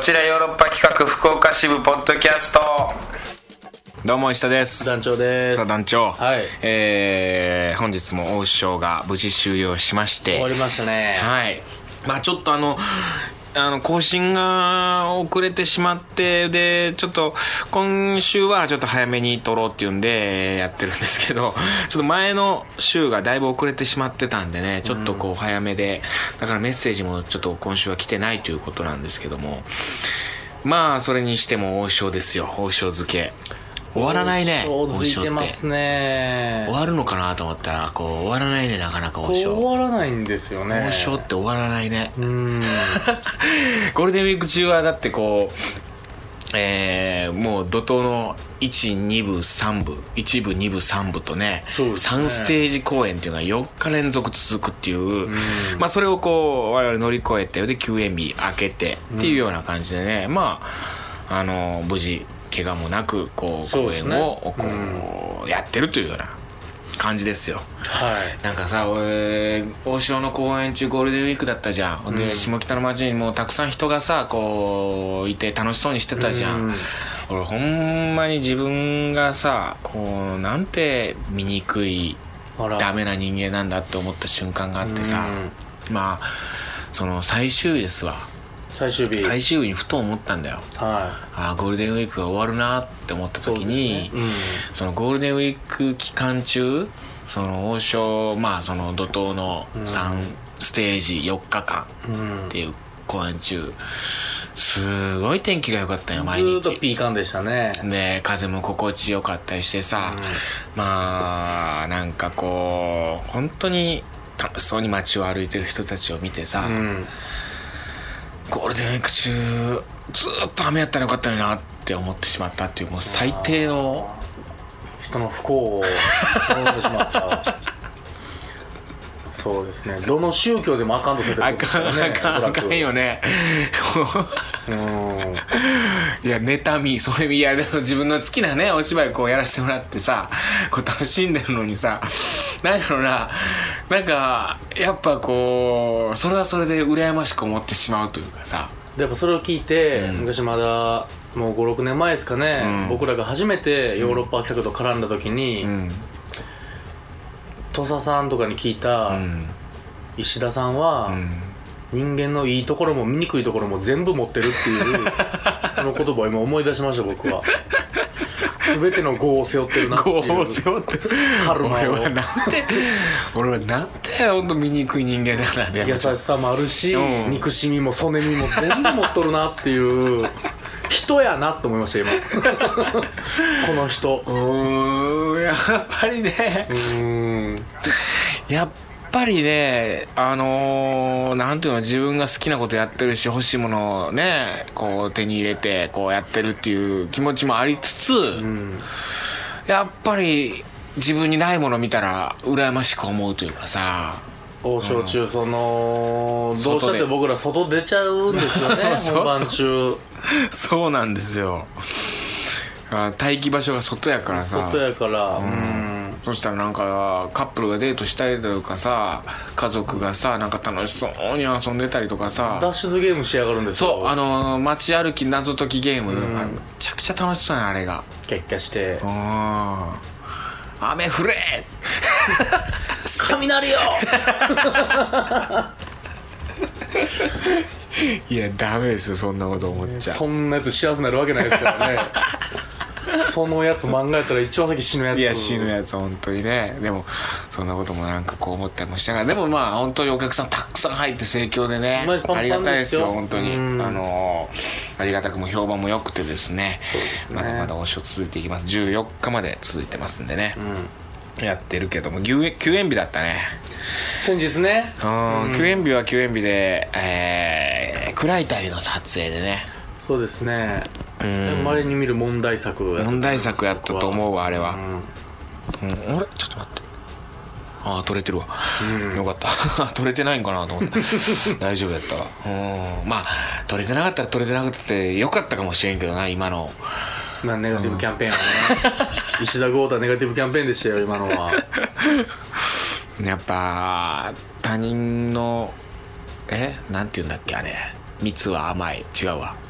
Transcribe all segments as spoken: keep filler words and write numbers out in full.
ちらヨーロッパ企画福岡支部ポッドキャスト。どうも石田です。 団長です。 さあ団長、 はい、 えー、本日も王将が無事終了しまして、 終わりましたね。 はい。まあちょっとあのあの更新が遅れてしまって、でちょっと今週はちょっと早めに撮ろうっていうんでやってるんですけど、ちょっと前の週がだいぶ遅れてしまってたんでね、ちょっとこう早めで、だからメッセージもちょっと今週は来てないということなんですけども、まあそれにしても王将ですよ。王将漬け終わらないね。 王将漬いてますね。 終わるのかなと思ったらこう終わらないね。なかなか王将終わらないんですよね。 王将って終わらないね。 うーんゴールデンウィーク中はだってこうえー、もう怒涛のいち、にぶ、さんぶ、いちぶ、にぶ、さんぶとね、 ねさんステージ公演っていうのがよっか連続続くっていう、 うん、 まあそれをこう我々乗り越えて、で休園日明けてっていうような感じでね、うん、まああの無事怪我もなくこう公演をこうやってるというような感じですよ。 はい、 なんかさ、俺王将の公演中ゴールデンウィークだったじゃん、うん、で下北の街にもたくさん人がさこういて楽しそうにしてたじゃん、うん、俺ほんまに自分がさこうなんて醜いダメな人間なんだって思った瞬間があってさ、うん、まあその最終日ですわ。 最終日最終日にふと思ったんだよ、はい、あゴールデンウィークが終わるなって思った時に そ,、ねうん、そのゴールデンウィーク期間中その王将まあその怒涛のさんステージよっかかんっていう公演中すごい天気が良かったよ。毎日ずっとピーカンでしたね。 で風も心地よかったりしてさ、うん、まあなんかこう本当に楽しそうに街を歩いてる人たちを見てさ、うんゴールデンウィーク中ずっと雨やったらよかったのになって思ってしまったっていうもう最低の人の不幸を思ってしまったそうですね。どの宗教でもあかんとせてるんですからね。 あかんあかんあかんよねうんいや妬みそれいやでも自分の好きなねお芝居こうやらせてもらってさこう楽しんでるのにさなんだろうななんかやっぱこうそれはそれで羨ましく思ってしまうというかさ。 やっぱそれを聞いて、うん、昔まだもうご、ろくねんまえですかね、うん、僕らが初めてヨーロッパ企画と絡んだ時に、うん、土佐さんとかに聞いた、うん、石田さんは、うん人間のいいところも醜いところも全部持ってるっていうこの言葉を今思い出しました。僕は全ての業を背負ってるなっていう業を背負ってるカルマを俺はなんて俺はなんてほんと醜い人間だからね。 優しさもあるし、うん、憎しみもそねみも全部持っとるなっていう人やなって思いました今この人うーんやっぱりねうーんやっぱやっぱりねあのー、なんていうの自分が好きなことやってるし欲しいものをねこう手に入れてこうやってるっていう気持ちもありつつ、うん、やっぱり自分にないもの見たら羨ましく思うというかさ王将中その、うん、どうしたって僕ら外出ちゃうんですよね本番中そうなんですよ。待機場所が外やからさ外やから、うんうんそしたらなんかカップルがデートしたりとかさ家族がさなんか楽しそうに遊んでたりとかさ脱出ゲームしやがるんですよ。 そうあの街歩き謎解きゲーム、うん、めちゃくちゃ楽しそうやなあれがキャッキャしてうん雨降れ雷よいやダメですよそんなこと思っちゃう。 そんなやつ幸せになるわけないですからねそのやつ漫画やったら一番先死ぬやつ。 いや死ぬやつ本当にね。でもそんなこともなんかこう思ったりもしながらでもまあ本当にお客さんたくさん入って盛況でねありがたいですよ本当に。あのありがたくも評判も良くてですね。 そうですね。 まだまだお正続いていきます。じゅうよっかまで続いてますんでね、うん、やってるけども休園日だったね先日ね。 うん、休園日は休園日で、えー、暗い旅の撮影でね。 そうですね。まれに見る問題作問題作やったと思うわあれは、うんうん、あれちょっと待ってああ撮れてるわ、うん、よかった撮れてないんかなと思って大丈夫やったわ。うんまあ撮れてなかったら撮れてなくてよかったかもしれんけどな今のまあネガティブキャンペーンはね、うん、石田豪太ネガティブキャンペーンでしたよ今のはやっぱ他人のえなんて言うんだっけあれ蜜は甘い違うわ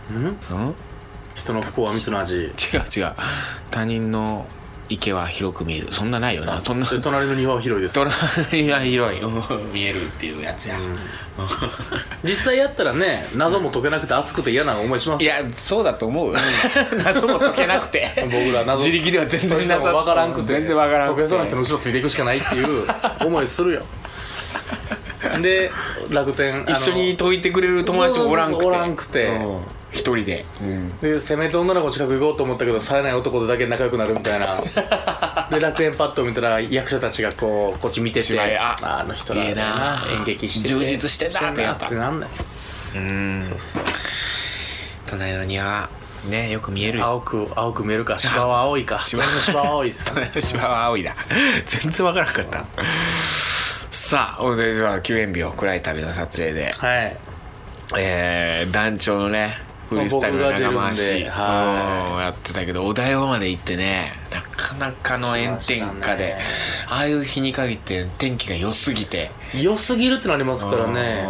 うんうん人の不幸は蜜の味。 違う違う、他人の池は広く見える、そんなないよな。そんな隣の庭は広いです。 隣が広い見えるっていうやつや、うん、 実際やったらね、謎も解けなくて暑くて嫌な思いします。 いやそうだと思う謎も解けなくて僕ら謎自力では全然謎分からんくて、 全然分からんくて解けそうな人の後ろついていくしかないっていう思いするよで楽天一緒に解いてくれる友達もおらんくておらんくて、うん一人で、うん、 でせめて女の子近く行こうと思ったけど冴えない男とだけ仲良くなるみたいなで楽園パッと見たら役者たちがこうこっち見てて、ああの人らだな、演劇してて充実してんだってやったってなんだよ。 うん、そうそう、隣の庭ねよく見えるよ。 青く青く見えるか、芝は青いか、芝の芝は青いですかね芝は青いだ全然わからなかったさあ、でじゃあ休園日を暗い旅の撮影で、 はい、 えー、団長のねフリースタイルの長回し、はい、やってたけど、お台場まで行ってね、なかなかの炎天下で、ああいう日に限って天気が良すぎて良すぎるってなりますからね。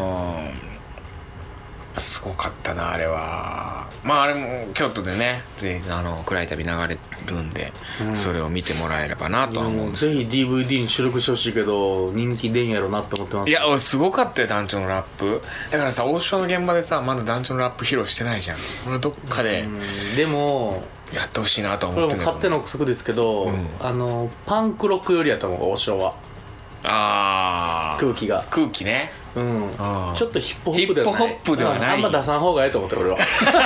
すごかったなあれは。まああれも京都でねぜひあの暗い旅流れるんで、うん、それを見てもらえればなとは思うんですけど、 ぜひ ディーブイディー に収録してほしいけど人気出んやろなって思ってます。 いやすごかったよ団長のラップ。だからさ、大島の現場でさまだ団長のラップ披露してないじゃん。俺どっかで、 うん、でもやってほしいなと思ってる。 これも勝手な憶測ですけど、うん、あのパンクロックよりやったもん大城は。あ空気が空気ね、 うん、ちょっとヒップホップではない、 ヒップホップではない、 あんま出さん方がいいと思ってる俺は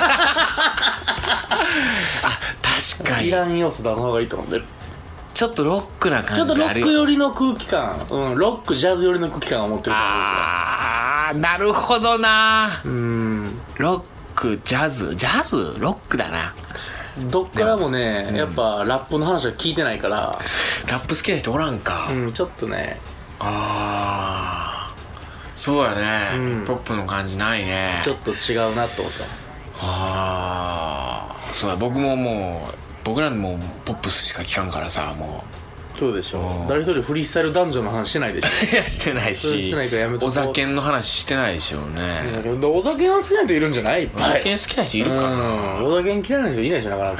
あ確かにいらん要素出さん方がいいと思ってる。 ちょっとロックな感じあるよ。 ちょっとロック寄りの空気感、うん、ロックジャズ寄りの空気感を持ってる。 あーなるほどな。うんロックジャズジャズロックだな。 どっからもね、うん、やっぱラップの話は聞いてないから。 ラップ好きな人おらんか。 うんちょっとね。 ああそうやね、うん、ヒップホップの感じないね。 ちょっと違うなと思ってます。 ああそうだ、僕ももう僕らもポップスしか聞かんからさ。もうそうでしょ、うん、誰一人フリースタイル男女の話してないでしょいやしてないし、してないからやめとこう。お酒の話してないでしょうね。 お酒が好きな人いるんじゃない？いっぱい。 お酒好きな人いるかな。うんお酒嫌いな人いないでしょなかなか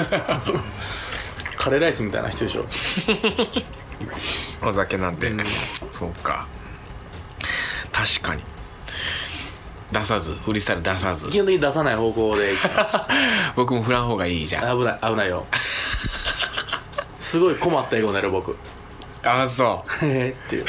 カレーライスみたいな人でしょお酒なんて、うん、そうか確かに出さずフリースタイル出さず基本的に出さない方向で僕も振らん方がいいじゃん。 危ない危ないよすごい困った英語になる僕。 ああそうへえっていう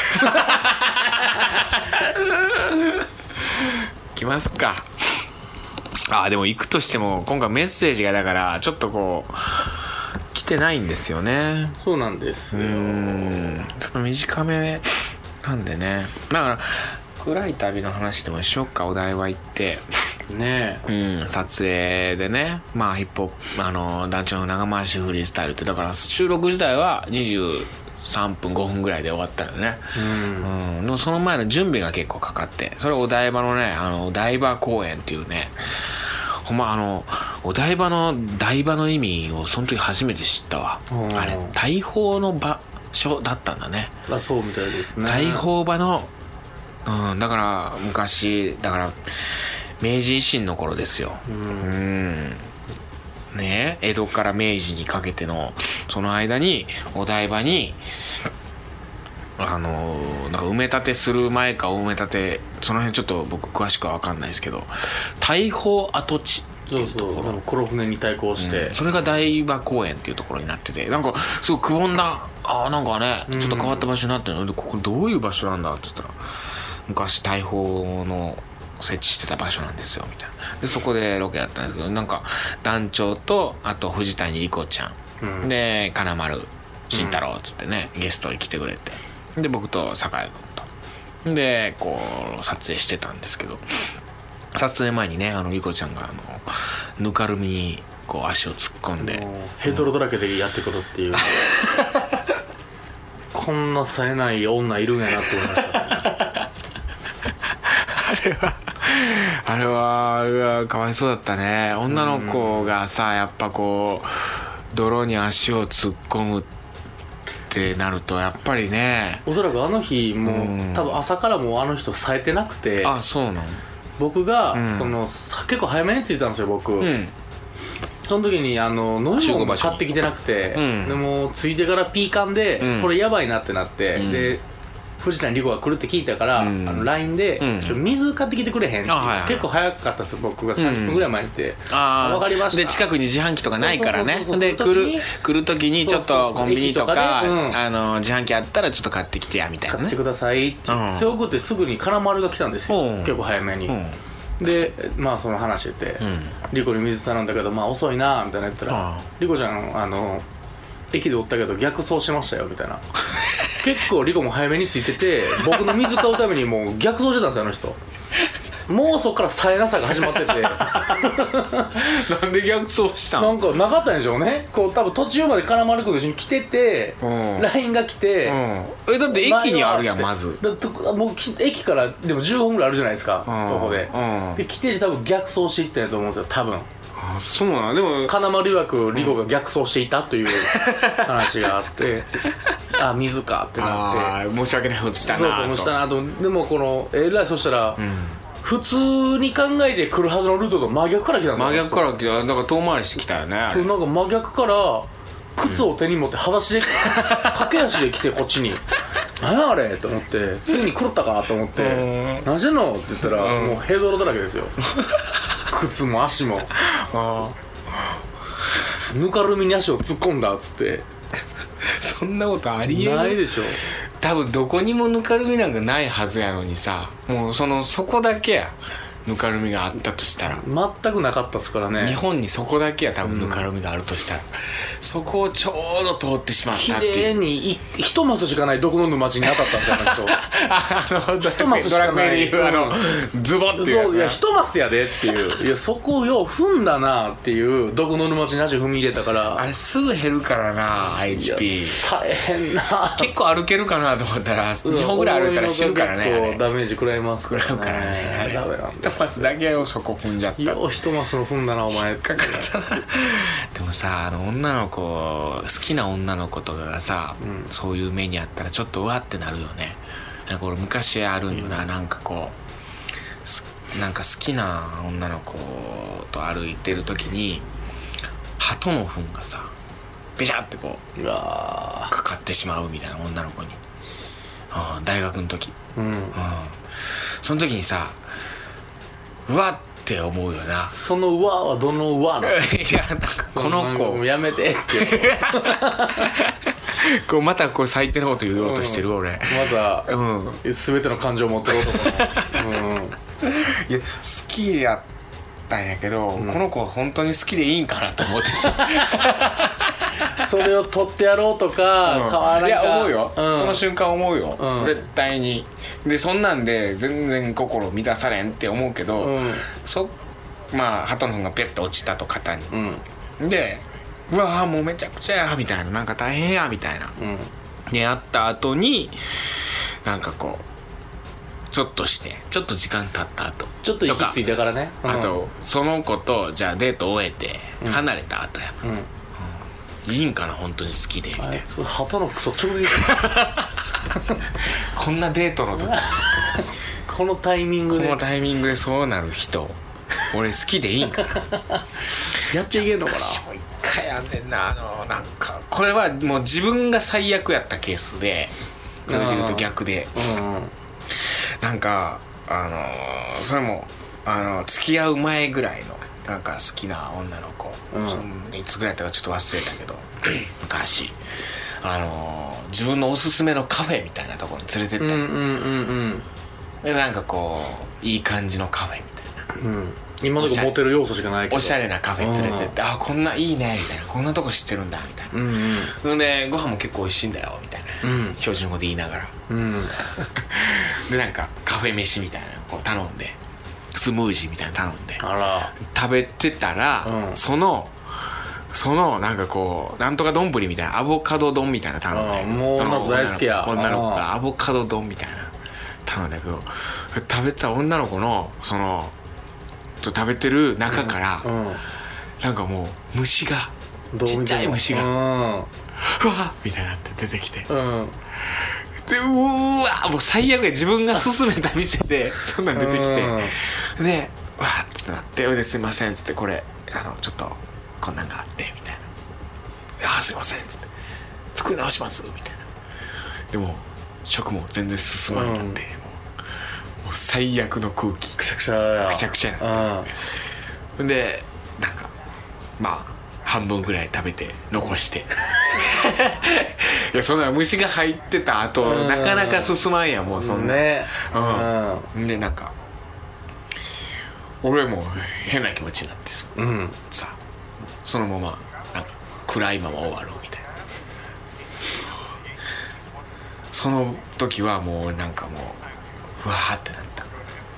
来ますか。ああでも行くとしても今回メッセージがだからちょっとこう来てないんですよね。 そうなんですよ。うんちょっと短めなんでね。だから暗い旅の話でもしよっか。お台場行ってねえ、うん、撮影でね、まあヒップホップあの団長の長回しフリースタイルってだから収録自体はにじゅうさんぷんごふんぐらいで終わったよね。うん、うん、でもその前の準備が結構かかって、それお台場のねあのお台場公園っていうね、ほんまあのお台場の台場の意味をその時初めて知ったわ。あれ大砲の場所だったんだね。 あそうみたいですね。 大砲場の、うん、だから昔だから明治維新の頃ですよ。うん、うんね江戸から明治にかけてのその間にお台場にあのなんか埋め立てする前か埋め立てその辺ちょっと僕詳しくは分かんないですけど大砲跡地っていうところ、そうそう黒船に対抗して、 うん、それが台場公園っていうところになっててなんかすごいくぼんだあなんかねちょっと変わった場所になってるので、ここどういう場所なんだって言ったら昔大砲の設置してた場所なんですよみたいな。でそこでロケやったんですけどなんか団長とあと藤谷莉子ちゃん、うん、で金丸慎太郎っつってね、うん、ゲストに来てくれてで僕と酒井君とでこう撮影してたんですけど撮影前にねあの莉子ちゃんがあのぬかるみにこう足を突っ込んでヘドロだらけでやってくるっていうこんな冴えない女いるんやなって思いましたあれはあれはかわいそうだったね。女の子がさやっぱこう泥に足を突っ込むってなるとやっぱりねおそらくあの日もう多分朝からもうあの人冴えてなくてあそうなの僕が、 うん、 その結構早めに着いたんですよ僕、うん、その時にあの飲み物買ってきてなくて、うん、でも着いてからピーカンで、うん、これやばいなってなって、うん、で藤谷莉子が来るって聞いたから、うん、あの ライン で、うん、ちょ水買ってきてくれへんって、はいはい、結構早かったです僕がさんぷんぐらい前に行って、うん、あ分かりました。 で近くに自販機とかないからね。で来る来る時にちょっとコンビニとか、うん、あの自販機あったらちょっと買ってきてやみたいな、ね、 買ってくださいって、うん、そう送ってすぐに金丸が来たんですよ、うん、結構早めに、うん、でまあその話してて、うん、リコに水頼んだけどまあ遅いなみたいな言ったら、リコちゃんあの駅でおったけど逆走しましたよみたいな結構リコも早めについてて僕の水買うためにもう逆走してたんですよあの人。もうそっからさえなさが始まっててなんで逆走したん？ なんかなかったんでしょうね。こう多分途中まで金丸君と一緒に来てて、うん、ライン が来て、うん、 えだって駅にあるやんまず。 だともう駅からでもじゅうごふんぐらいあるじゃないですか、うん、徒歩で、うん、で来て多分逆走していったんやと思うんですよ多分。 あそうなんでも金丸曰くリコが逆走していたという話があってあ水かってなってあ申し訳ないことしたなとそうそうしたなと。でもこのえらいそしたら、うん、普通に考えて来るはずのルートと真逆から来たんですよ。 真逆から来ただから遠回りしてきたよねあれ。 なんか真逆から靴を手に持って裸足で、うん、駆け足で来てこっちに何やあれと思ってついに狂ったかと思って何してんのって言ったら、うん、もうヘドロだらけですよ靴も足もあぬかるみに足を突っ込んだっつってそんなことありえないでしょ。 多分どこにもぬかるみなんかないはずやのにさもうそのそこだけやぬかるみがあったとしたら全くなかったっすからね。 日本にそこだけや多分ぬかるみがあるとしたら、うん、そこをちょうど通ってしまったっていう綺麗に一マスしかない毒の沼地に当たったんだよあの一マスしかないドラクエでいうあの、うん、ズボっていうやつ、ね、そういや一マスやでっていういやそこをよう踏んだなっていう毒の沼地に足踏み入れたからあれすぐ減るからな エイチピーさえへんな結構歩けるかなと思ったらにほんぐらい歩いたら死ぬからね。 結構ダメージ食らいますからね。 食らうからねダメなんだ。一マスだけをそこ踏んじゃった。 よう一マスの踏んだなお前かかったなでもさあの女の子好きな女の子とかがさ、うん、そういう目にあったらちょっとうわってなるよね。なんか俺昔あるんよな、うん、なんかこうなんか好きな女の子と歩いてる時に鳩の糞がさベシャってこううわかかってしまうみたいな女の子に、うん、大学の時、うんうん、その時にさうわって思うよな。 そのうわはどのうわなの？いやなんかこの子もうやめてってこうまたこう最低なこと言おうとしてる、うん、俺また、うん、全ての感情を持ってる男の、うん、いや好きやったんやけど、うん、この子は本当に好きでいいんかなと思ってしまうそれを取ってやろうとか、うん、かいや思うよ、うん、その瞬間思うよ、うん、絶対に。でそんなんで全然心満たされんって思うけど、うん、そまあ鳩の糞がペッと落ちたと肩に、うん、でうわーもうめちゃくちゃやみたいななんか大変やみたいな、うん、でやった後になんかこうちょっとしてちょっと時間経った後ちょっと息ついたからね、 うん、あとその子とじゃあデート終えて離れた後やな、うんうん、いいんかな本当に好きでみたいな。あいつ鳩のクソちょうどいいこんなデートの時このタイミングでこのタイミングでそうなる人俺好きでいいんかなやっちゃいけんのかな。 もう一回やんねんなあのなんかこれはもう自分が最悪やったケースでそれで言うと逆で、うんうん、なんかあのー、それもあの付き合う前ぐらいのなんか好きな女の子、うん、そのいつぐらいだったかちょっと忘れたけど昔あのー、自分のおすすめのカフェみたいなところに連れてった、うんうんうんうん、でなんかこういい感じのカフェみたいな、うん、 今のとこモテる要素しかないけどおしゃれなカフェ連れてって、あこんないいねみたいなこんなとこ知ってるんだみたいな、うんうん、でご飯も結構美味しいんだよみたいな、うん、標準語で言いながら、うん、でなんかカフェ飯みたいなのこう頼んでスムージーみたいなの頼んであら食べてたら、うん、そのそのなんかこうなんとか丼みたいなアボカド丼みたいな頼んで、 もう女の子大好きや女の子がアボカド丼みたいな頼んだけど食べた女の子のその食べてる中から、うんうん、なんかもう虫がちっちゃい虫が、うん、うわっみたいになって出てきて、うん、 でうーわもう最悪や自分が勧めた店でそんなん出てきてでわーってなって「おいですいません」っつって「これあのちょっとこんなんがあって」みたいな「ああすいません」っつって「作り直します」みたいな。でも食も全然進まんかって、うん、もう最悪の空気くしゃくしゃやくしゃくしゃやなってでなんかまあ半分ぐらい食べて残していやそんな虫が入ってた後なかなか進まんやもうそんなねうん、でなんか俺も変な気持ちになってさ、うん、さそのままなんか暗いまま終わろうみたいな。その時はもうなんかもううわーってなった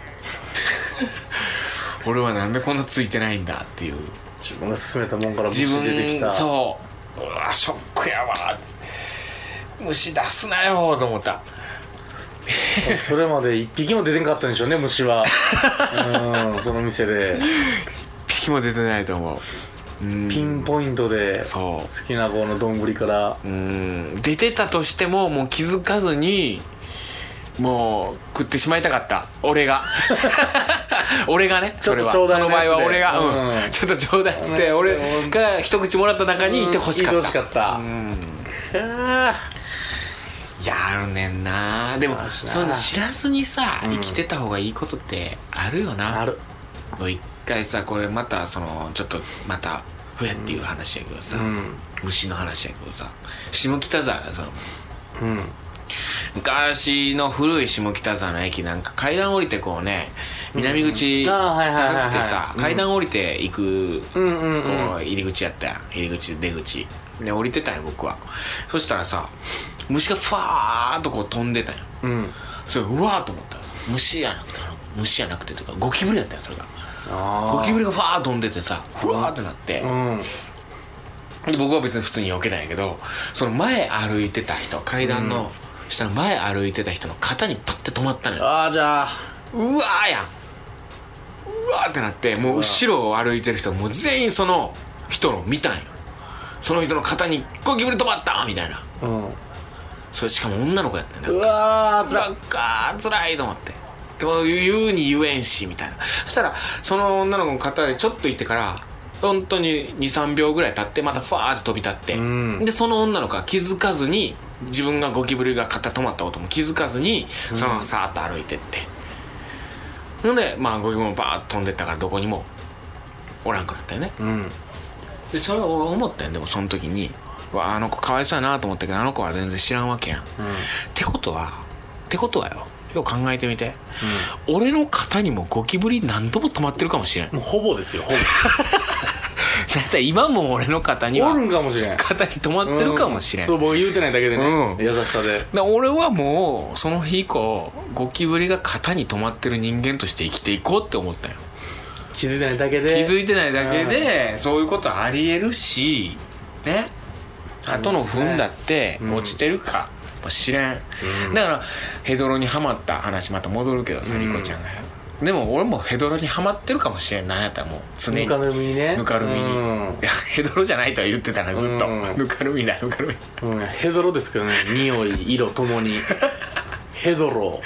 俺はなんでこんなついてないんだっていう自分が勧めたもんから虫出てきた。 そううわショックやわ虫出すなよと思ったそれまで一匹も出てんかったんでしょうね虫はうんその店で一匹も出てないと思う。 ピンポイントで好きな子の丼からうん出てたとしてももう気づかずにもう食ってしまいたかった俺が俺がねそれはその場合は俺が、うん、ちょっとちょうだいっつって俺が一口もらった中にいてほしかった、うん、いてほしかった、うん、やるねんな。でもそういうの知らずにさ、うん、生きてた方がいいことってあるよな。 ある。 一回さこれまたそのちょっとまた増えっていう話やけどさ、うん、虫の話やけどさ下北沢その、うん、昔の古い下北沢の駅なんか階段降りてこうね南口高くてさ階段降りて行くこう入り口やったやん。入り口出口で降りてたんよ僕は。そしたらさ虫がファーっとこう飛んでたんよ、うん、それうわーっと思ったらさ虫やなくて虫じゃなくてというかゴキブリやったよそれが。ゴキブリがファーッと飛んでてさふわーってなって、うん、で僕は別に普通に避けたんやけどその前歩いてた人階段の下の前歩いてた人の肩にパッて止まったのよ。 ああじゃあうわーやんうわーってなってもう後ろを歩いてる人もう全員その人の見たんよ。その人の肩にゴキブリ止まったみたいな、うん、それしかも女の子やったんだよ。 うわーつらっかーつらいと思ってでも言うに言えんしみたいな。そしたらその女の子の肩でちょっと行ってから本当に にさんびょうぐらい経ってまたファーって飛び立って、うん、でその女の子は気づかずに自分がゴキブリが肩止まったことも気づかずにそのままさーっと歩いてってのでまあゴキブリもバーッと飛んでったからどこにもおらんくなったよね、うん、でそれを思ったよ。でもその時にあの子かわいそうやなと思ったけどあの子は全然知らんわけやん、うん、ってことはってことはよよく考えてみて、うん、俺の肩にもゴキブリ何度も止まってるかもしれん。 もうほぼですよほぼだって今も俺の肩にはおるんかもしれん肩に止まってるかもしれん、 うん、そう僕言うてないだけでね、うん、優しさでだ俺はもうその日以降ゴキブリが肩に止まってる人間として生きていこうって思ったよ。 気づいてないだけで気づいてないだけでそういうことありえるしね。後の糞だって落ちてるかもしれん、うん、だからヘドロにはまった話また戻るけどさリコちゃんが、うん、でも俺もヘドロにはまってるかもしれん。なんやったらもう常にぬかるみにねぬかるみに、うん、いやヘドロじゃないとは言ってたなずっと、うん、ぬかるみだぬかるみ、 うん、ヘドロですけどね匂い色ともにヘドロ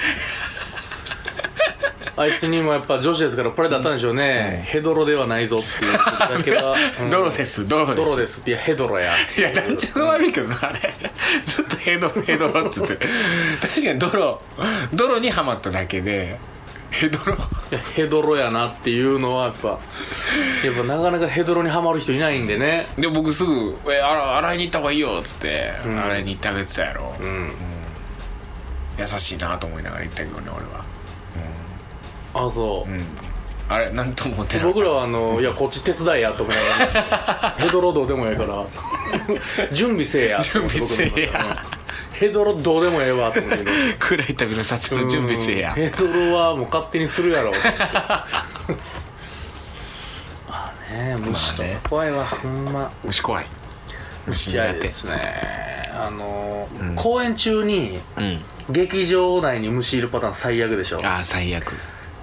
あいつにもやっぱ女子ですからプライドあったんでしょうね、うん、ヘドロではないぞっていうことだけは、 うん、ドロですドロですドロですいやヘドロやいや団長が悪いけどなあれずっとヘドロヘドロっつって確かにドロドロにはまっただけでヘドロいやヘドロやなっていうのはやっぱやっぱなかなかヘドロにはまる人いないんでね。 で僕すぐえ洗いに行った方がいいよっつって、うん、洗いに行ってあげてたやろ、うんうん、優しいなと思いながら行ったけどね俺は。 あそう、うん、 あれなんとも思ってない。 僕らはあの、うん、いやこっち手伝いやと思いながらヘドロどうでもええから準備せえや準備せえやヘドロどうでもええわと思って暗い旅の撮影の準備せえやヘドロはもう勝手にするやろまあね虫とか怖いわ、まあね、ほんま虫怖い虫嫌いですね。あの、うん、公演中に、うん、劇場内に虫いるパターン最悪でしょ。 ああ最悪。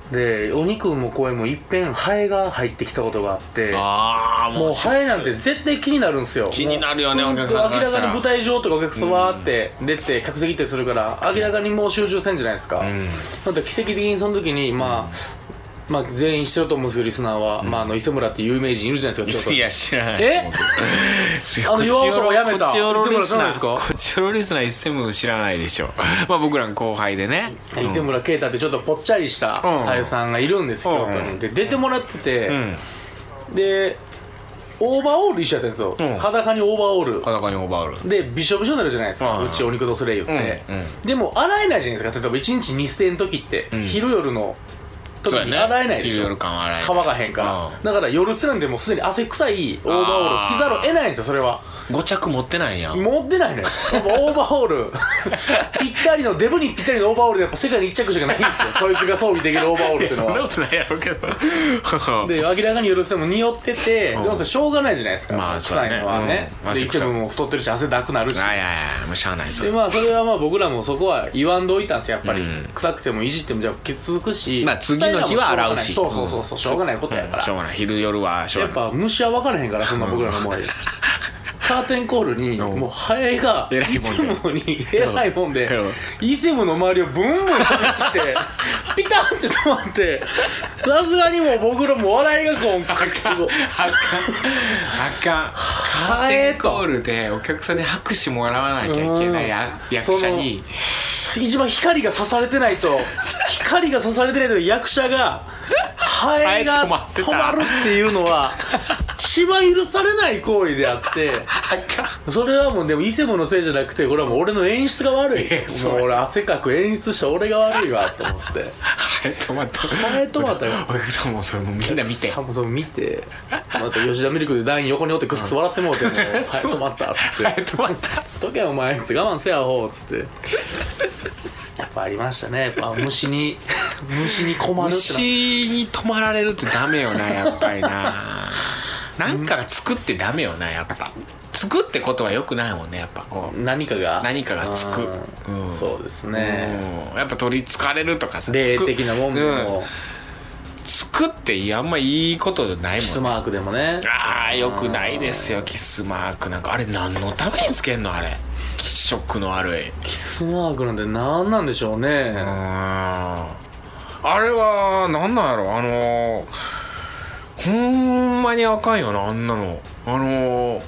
でお肉も声もいっぺんハエが入ってきたことがあって、 ああもうハエなんて絶対気になるんですよ。 気になるよね、 もうお客さんからしたら。 明らかに舞台上とかお客さんわーって出て客席行ったりするから明らかにもう集中せんじゃないですか、うん、なんで奇跡的にその時にまあ、うん、まあ全員知ってると思うんですけどリスナーは、うん、まあ、あの伊勢村っていう有名人いるじゃないですか。 いや知らない。 えあの弱男がやめたこちおろリスナーこちおろリスナー伊勢村知らないでしょまあ僕らの後輩でね、 伊勢村啓太ってちょっとぽっちゃりした俳優さんがいるんですよ、京都に。で出てもらってて、うん、でオーバーオール一緒やったんですよ、うん、裸にオーバーオール裸にオーバーオールでびしょびしょになるじゃないですか、うん、うちお肉とそれ言って、うんうん、でも洗えないじゃないですか。例えばいちにちに捨てん時って、うん、昼夜の時に洗えないでしょ、ね、乾かへんから、うん、だから夜捨てなんでもうすでに汗臭いオーバーオール着ざるを得ないんですよ。それはご着持ってないんや。 持ってないのよオーバーオールぴったりのデブにぴったりのオーバーオールでやっぱ世界に一着しかないんですよそいつが装備できるオーバーオールっていうのは。 そんなことないやろうけどで明らかに夜捨ても匂ってて、うん、でもそれしょうがないじゃないですか、まあ、臭いのはね、うん、で伊勢も太ってるし汗だくなるし、いやいやもうしゃあないそれでまあそれはまあ僕らもそこは言わんどいたんですよやっぱり、うん、臭くてもいじってもじゃあケツつくし、 まあ次の日は洗うし、 そうそうそうそう、しょうがないことやから、 うん、しょうがない昼夜はしょうがない。 やっぱ虫は分からへんからそんな僕らの思いカーテンコールにもうハエがイセムにえらいもんでイセムの周りをブンブンしてピタンって止まってさすがにもう僕らも笑いがこうあかんあかんあかんカーテンコールでお客さんに拍手もらわなきゃいけない役者に一番光が刺されてないと光が刺されてないと役者がハエが止まるっていうのは一番許されない行為であってそれはもうでも伊勢門のせいじゃなくてこれはもう俺の演出が悪い。もう俺汗かく演出した俺が悪いわと思ってハエ止まったハエ止まったよ。 お客さんもそれもみんな見てさんもそれ見てまた吉田ミルクで団員横におってクスクス笑ってもうてもハエ止まったっつってハエ止まったっつっとけお前っつって我慢せやほうっつってやっぱありましたね。やっぱ虫に虫に困るって虫に止まられるってダメよなやっぱりななんかがつくってダメよなやっぱつくってことはよくないもんねやっぱこう何かが何かがつく、 うん、そうですね、 うん、やっぱ取りつかれるとかさ霊的なもんでも、うん、 つくってあんまいいことないもんね。 キスマークでもねああよくないですよキスマークなんかあれ何のためにつけんのあれ気色の悪いキスマークなんて何なんでしょうね。うんあれは何なんやろあのほんまにあかんよなあんなのあの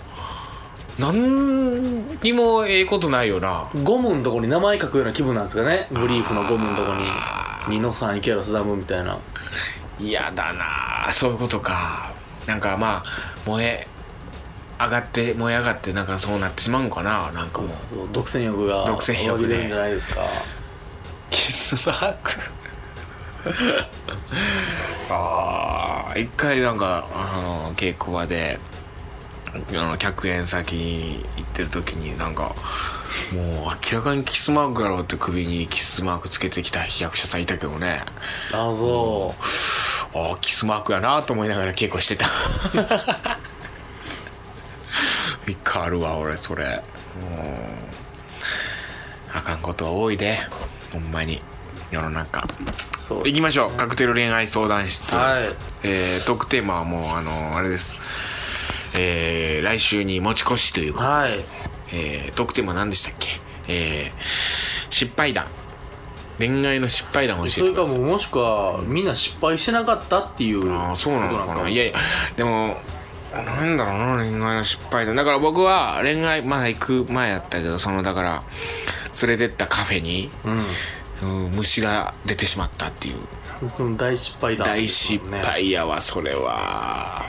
何にもええことないよな。 ゴムのとこに名前書くような気分なんですかね。ブリーフのゴムのとこにニノさん池原定ムみたいな。 嫌だなそういうことか。なんかまあ燃え上がって燃え上がってなんかそうなってしまうんかな。なんかもうそうそう独占欲が独占欲で出るんじゃないですか。 キスマークああ一回なんかあの稽古場であの客演先行ってる時になんかもう明らかにキスマークやろうって首にキスマークつけてきた役者さんいたけどね。 あそう、うん、あキスマークやなと思いながら稽古してた一回あるわ俺それ。うんあかんことは多いでほんまに世の中。そう行きましょう。カクテル恋愛相談室、はいえー、トークテーマはもうあのあれです、えー、来週に持ち越しということで、はいえー、トークテーマ何でしたっけ、えー、失敗談恋愛の失敗談を教えてください。 それかももしくはみんな失敗してなかったっていう。 ああそうなのかな。いやいやでもなんだろうな恋愛の失敗談だから僕は恋愛まだ行く前やったけどそのだから連れてったカフェに、うんうん、虫が出てしまったっていう大失敗だ、ね、 大失敗やわそれは。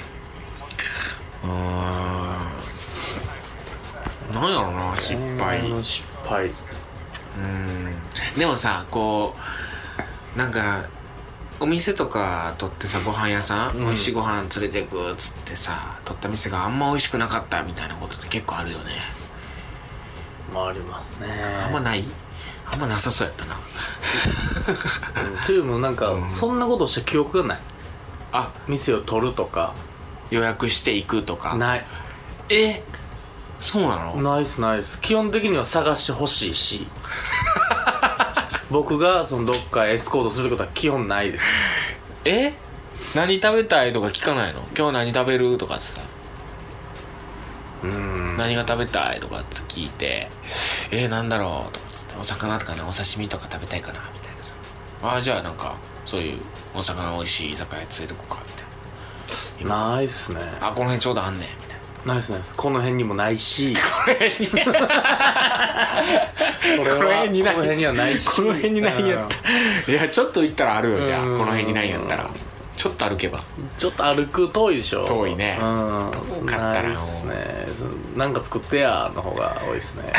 あなんやろうな失敗の失敗うんでもさこうなんかお店とか取ってさご飯屋さん、うん、美味しいご飯連れてくっつってさ取った店があんま美味しくなかったみたいなことって結構あるよね。 まあありますね。 あんまないあんまなさそうやったなというのもなんか、うん、そんなことした記憶がない。あ店を取るとか予約していくとかない。 えそうなの。 ナイスナイス。基本的には探してほしいし僕がそのどっかエスコートすることは基本ないです。 え何食べたいとか聞かないの？今日何食べるとかってさ、 うーん何が食べたいとかって聞いて、えー、なんだろうとかつって、お魚とかな、お刺身とか食べたいかなみたいなさ、ああじゃあなんかそういうお魚美味しい居酒屋連れてこうかみたいな。 ないっすね。 あこの辺ちょうどあんねんみたいな。 ないっすないっす。この辺にもないし、 この辺にこれはこの辺にないこの辺にはないし、 この辺にないんやったら、いやちょっと行ったらあるよ。じゃあこうんの辺にないんやったらちょっと歩けば。 ちょっと歩く遠いでしょ。 遠いね。 うん遠かったらないっすね。なんか作ってやの方が多いですね。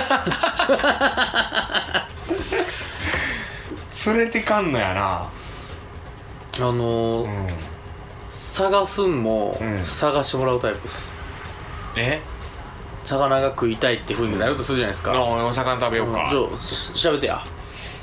連れてかんのやな。 あのーうん探すんも、 うん探してもらうタイプっす。 え魚が食いたいって風になるとするじゃないですか。 あお魚食べようか。 ちょししゃべってや。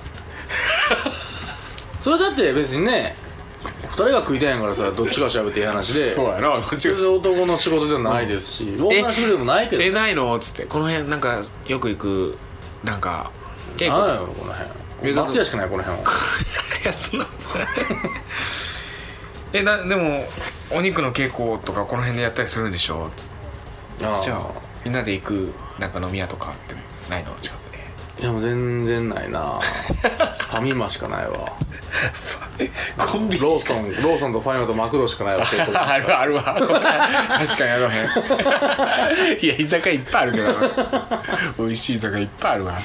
それだって別にね、ふたりが食いたいんやからさ、どっちがしゃべっていい話で、 そうやな、どっちがそれで男の仕事ではないですし、女の仕事でもないけど、 えないのっつって、この辺なんかよく行くなんか稽古なんやろこの辺。松屋しかないこの辺は。 いやそんなことないえなでもお肉の稽古とかこの辺でやったりするんでしょ。 あじゃあみんなで行くなんか飲み屋とかってないの近くで。 いやもう全然ないな。ファミマしかないわ。 コンビニローソンローソンとファミマとマクドしかないわ。 あるあるわ確かにあらへんいや居酒屋いっぱいあるけど美味しい居酒屋いっぱいあるわ。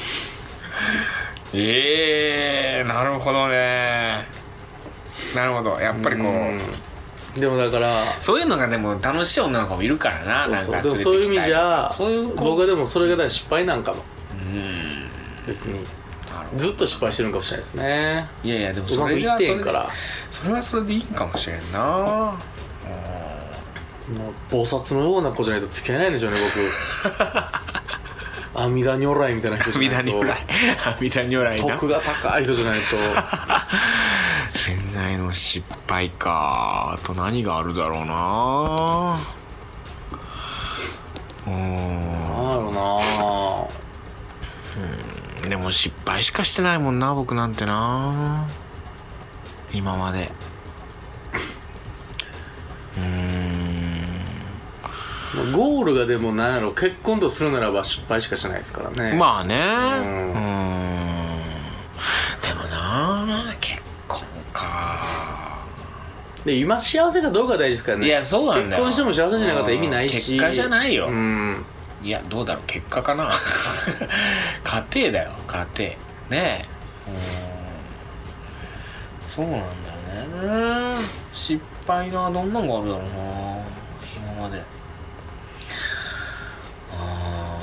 えー、なるほどね。なるほど。やっぱりこう、 うんでもだからそういうのがでも楽しい女の子もいるからな。なんか連れてきたりとか。 でもそういう意味じゃそういう子僕はでもそれがだから失敗なんかも。 うん別になるほど。 ずっと失敗してるんかもしれないですね。 いやいやでもうまくいそれがってんから。 それはそれでいいかもしれんな。 もう菩薩のような子じゃないと付き合えないんでしょうね僕。阿弥陀如来みたいな人阿弥じゃないと。 陀如来阿弥陀如来な。 徳が高い人じゃないと。 恋愛の失敗か。あと何があるだろうな。うーんなんやろな。 でも失敗しかしてないもんな僕なんてな今まで。うーんゴールがでもなんやろ、結婚とするならば失敗しかしないですからね。 まあね。ううんーんでもな結婚か。 で今幸せかどうか大事ですからね。 いやそうなんだよ。 結婚しても幸せじゃなかったら意味ないし。 結果じゃないよ。 うんいやどうだろう結果かな家庭だよ家庭ねえ。うんそうなんだよね。失敗などんなのがあるだろうな今まで。あ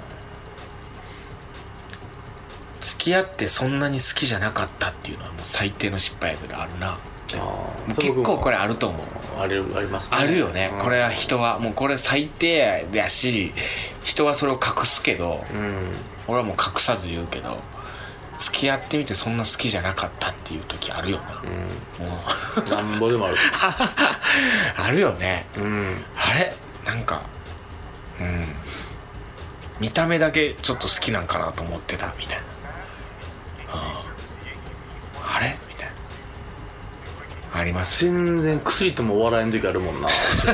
付き合ってそんなに好きじゃなかったっていうのはもう最低の失敗やけどあるな。でももう結構これあると思う。 あるありますね。 あるよね、 うんこれは人はもうこれ最低やし人はそれを隠すけど、 うん俺はもう隠さず言うけど付き合ってみてそんな好きじゃなかったっていう時あるよな、 うんもうなんぼでもある。 あるよね。 うんあれなんかうん見た目だけちょっと好きなんかなと思ってたみたいな、はあ、あれみたいなあります。 全然薬とも笑えん時あるもんな。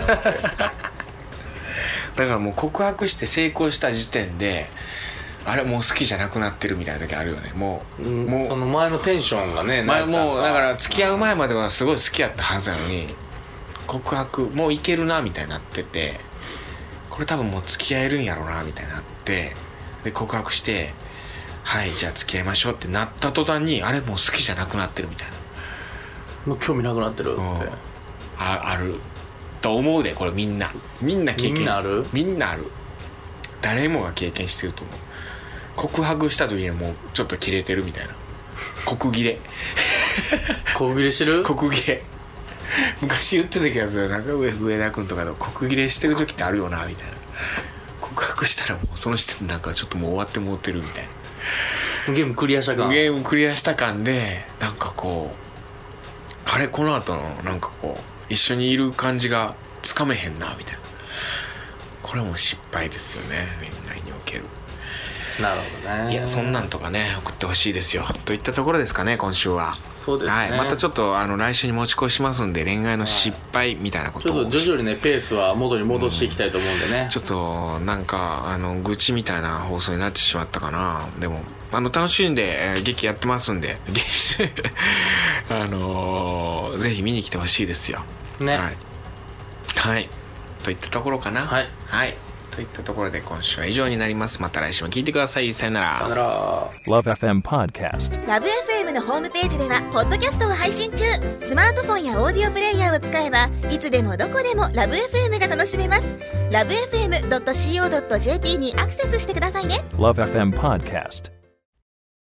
だからもう告白して成功した時点であれもう好きじゃなくなってるみたいな時あるよね。もう、 うんもうその前のテンションがね、 前なんもうだから付き合う前まではすごい好きやったはずなのに告白もういけるなみたいになっててこれ多分もう付き合えるんやろうなみたいになってで告白してはいじゃあ付き合いましょうってなった途端にあれもう好きじゃなくなってるみたいなもう興味なくなってるって。 うんあ, あると思うでこれみんなみんな経験みんなあるみんなある誰もが経験してると思う。告白した時にはもうちょっとキレてるみたいな告切れ小切れしてる。 告切れ昔言ってた気がする。中上上田君とかの告切れしてる時ってあるよなみたいな。告白したらもうその時点でなんかちょっともう終わってもうてるみたいな。 ゲームクリアしたか。 ゲームクリアした感でなんかこうあれこの後のなんかこう一緒にいる感じがつかめへんなみたいな。これも失敗ですよね恋愛における。 なるほどね。 いやそんなんとかね送ってほしいですよといったところですかね今週は。 そうですね、 はい、またちょっとあの来週に持ち越しますんで、恋愛の失敗みたいなことを、 ちょっと徐々にねペースは元に戻していきたいと思うんでね、 うん、ちょっとなんかあの愚痴みたいな放送になってしまったかな。でもあの楽しんで、えー、劇やってますんであのー、ぜひ見に来てほしいですよね。 はい、はい、といったところかな。 はい、 はい、といったところで今週は以上になります。また来週も聞いてください。さよなら。 さよなら。 Love エフエム Podcast。 ラブ エフエム のホームページではポッドキャストを配信中。スマートフォンやオーディオプレイヤーを使えばいつでもどこでもラブ エフエム が楽しめます。 ラブエフエムドットシーオードットジェーピー にアクセスしてくださいね。 Love エフエム Podcast。